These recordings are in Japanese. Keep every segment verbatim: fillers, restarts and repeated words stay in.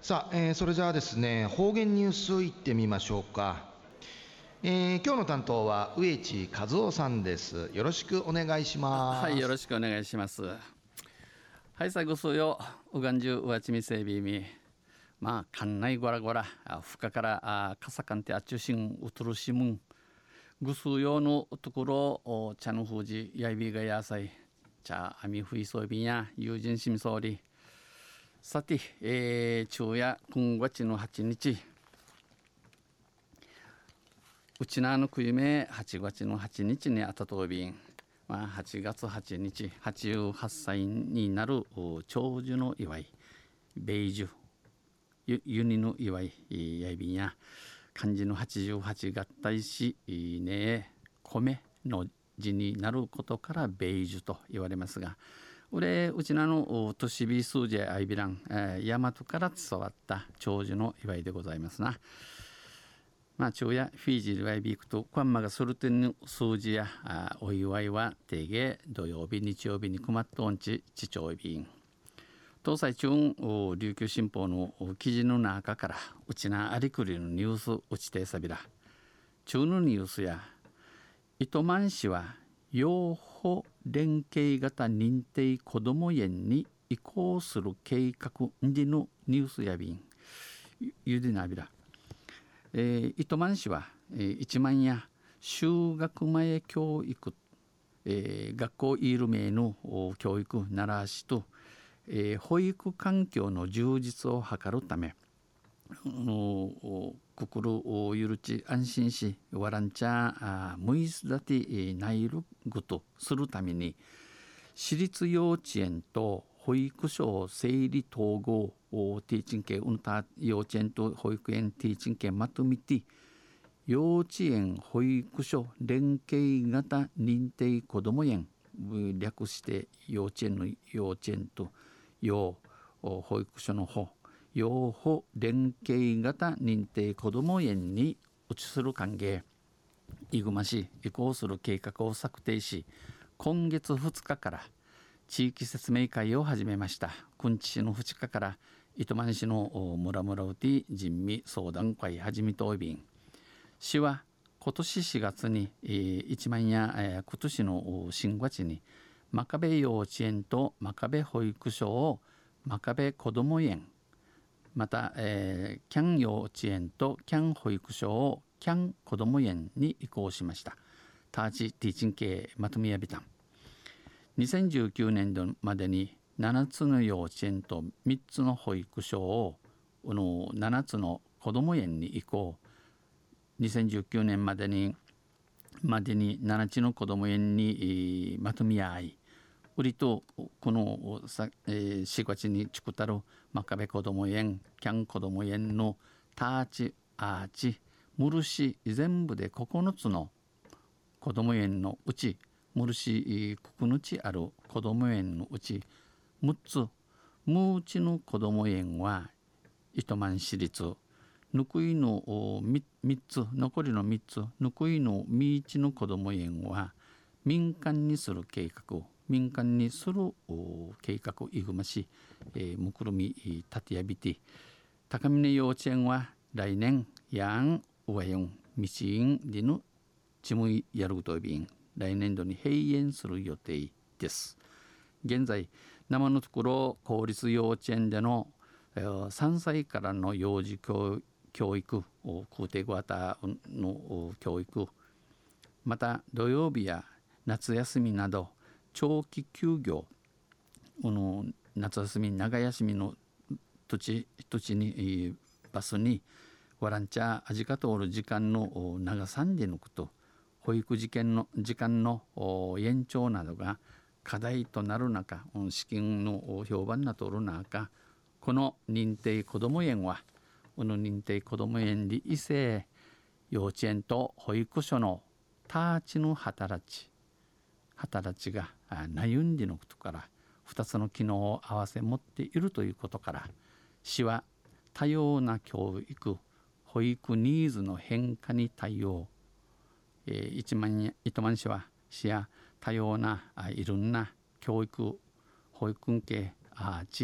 さあ、えーそれじゃあですね、方言ニュースいってみましょうか。えー今日の担当は植地和夫さんです。よろしくお願いしはい、よろます。 しくお願いします。はい、最後そうよ、うがんじゅうわちみせびみ。まあ、館内ごらごら、あふかから、あかさかんてあちゅしん、うとるしむん。ぐすうようのところ、お茶のふうじ、やいびがやさい。茶、あみふいそうびんや、友人しみそうり。さて、えー、昼夜、くんがちのはちにち。うちなあのくゆめはちがつのはちにちにあたとびん。まあ、はちがつはちにち、はちじゅうはっさいになる長寿の祝い、米寿、ゆユニの祝い、やいびんや、漢字のはちじゅうはち合体し、ね、米の字になることから米寿と言われますが、俺うちなの都市美数字アイビラン、えー、大和から伝わった長寿の祝いでございますな。まあ、昼夜フィージーワイビークとクワンマがするての数字やあお祝いは定芸土曜日日曜日にくまっとんち地長便東西中琉球新報の記事の中からうちなありくりのニュースうちてさびら中のニュースや糸満市は養護連携型認定こども園に移行する計画でのニュースやびんゆでなびらえー、糸満市は、えー、いちまんや就学前教育、えー、学校イール名の教育ならしと、えー、保育環境の充実を図るためくくるゆるち安心しわらんちゃむいすだてないるぐとするために私立幼稚園と保育所整理統合ティーチン系うんた幼稚園と保育園ティーチン系まとめて幼稚園保育所連携型認定こども園略して幼稚園の幼稚園と幼保育所の保養保連携型認定こども園に移する歓迎いぐま市移行する計画を策定し今月ふつかから地域説明会を始めました。くんち市のふつかから糸満市の村々うて人味相談会始めといびん市は今年しがつに、えー、いちまんや、えー、今年の新月に真壁幼稚園と真壁保育所を真壁こども園また、えー、キャン幼稚園とキャン保育所をキャンこども園に移行しました。ターチティーチン系まとめやびたんにせんじゅうきゅうねんどまでにななつの幼稚園とみっつの保育所をこのななつのこども園に移行にせんじゅうきゅうねんまでにまでにななつのこども園にまとめ合い売りとこのさ、えー、しがつに作ったる真壁こども園キャンこども園のターチアーチムルシ全部でここのつのこども園のうちムルシくくぬちあるこども園のうちむっつむうちのこども園は糸満市立ぬくいの みっつ残りのみっつぬくいのみいちのこども園は民間にする計画民間にする計画いぐまし、えー、むくるみたてやびて高峰幼稚園は来年やんうわよんみちんでのちむいやるとびん来年度に閉園する予定です。現在生のところ公立幼稚園でのさんさいからの幼児教育空挺型の教育また土曜日や夏休みなど長期休業の夏休み長休みの土地土地にバスにワランチャー味が通る時間の長さんで抜くと保育時間の時間の延長などが課題となる中資金の評判なとおる中この認定こども園はこの認定こども園に異性幼稚園と保育所のターチの働き働きが悩んでのことからふたつの機能を合わせ持っているということから市は多様な教育保育ニーズの変化に対応、えー、一万糸満市は市や多様ないろんな教育保育系アーチ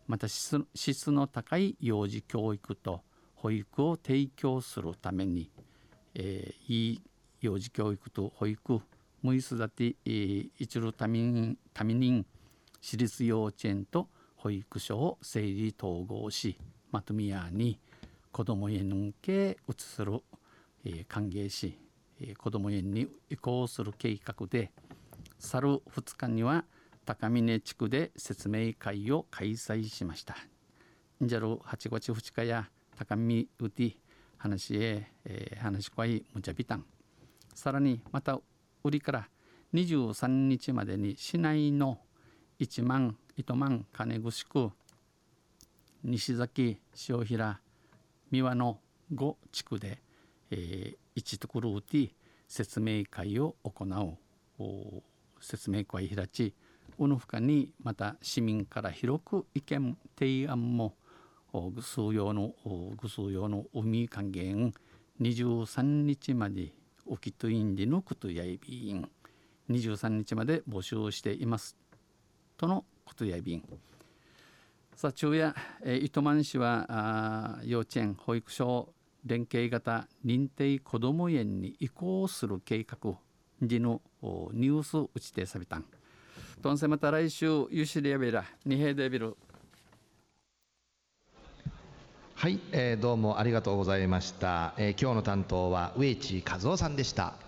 また質質の高い幼児教育と保育を提供するために、えー、いい幼児教育と保育無育て、えー、一るためにために私立幼稚園と保育所を整理統合しまとめやに子ども園系移する、えー、歓迎し、えー、子ども園に移行する計画で去るふつかには高峰地区で説明会を開催しました。じゃるはちがつふつかや高峰うて話へ、えー、話し会むちゃびたん。さらにまた売りからにじゅうさんにちまでに市内のいちまん、糸満、金城区、西崎、塩平、三輪のご地区で、えー、いちところうて説明会を行う説明会開き、うぬふかにまた市民から広く意見提案もぐ数用のぐ数用の海還元にじゅうさんにちまでおきといんでのことやいびんにじゅうさんにちまで募集していますとのことやいびん。さあ昼夜、えー、糸満市はあ幼稚園保育所連携型認定こども園に移行する計画時のニュース打ちてさびたん。とんせまた来週ゆしりやべらにへいでビル。 はい、えー、どうもありがとうございました。えー、今日の担当は上地和夫さんでした。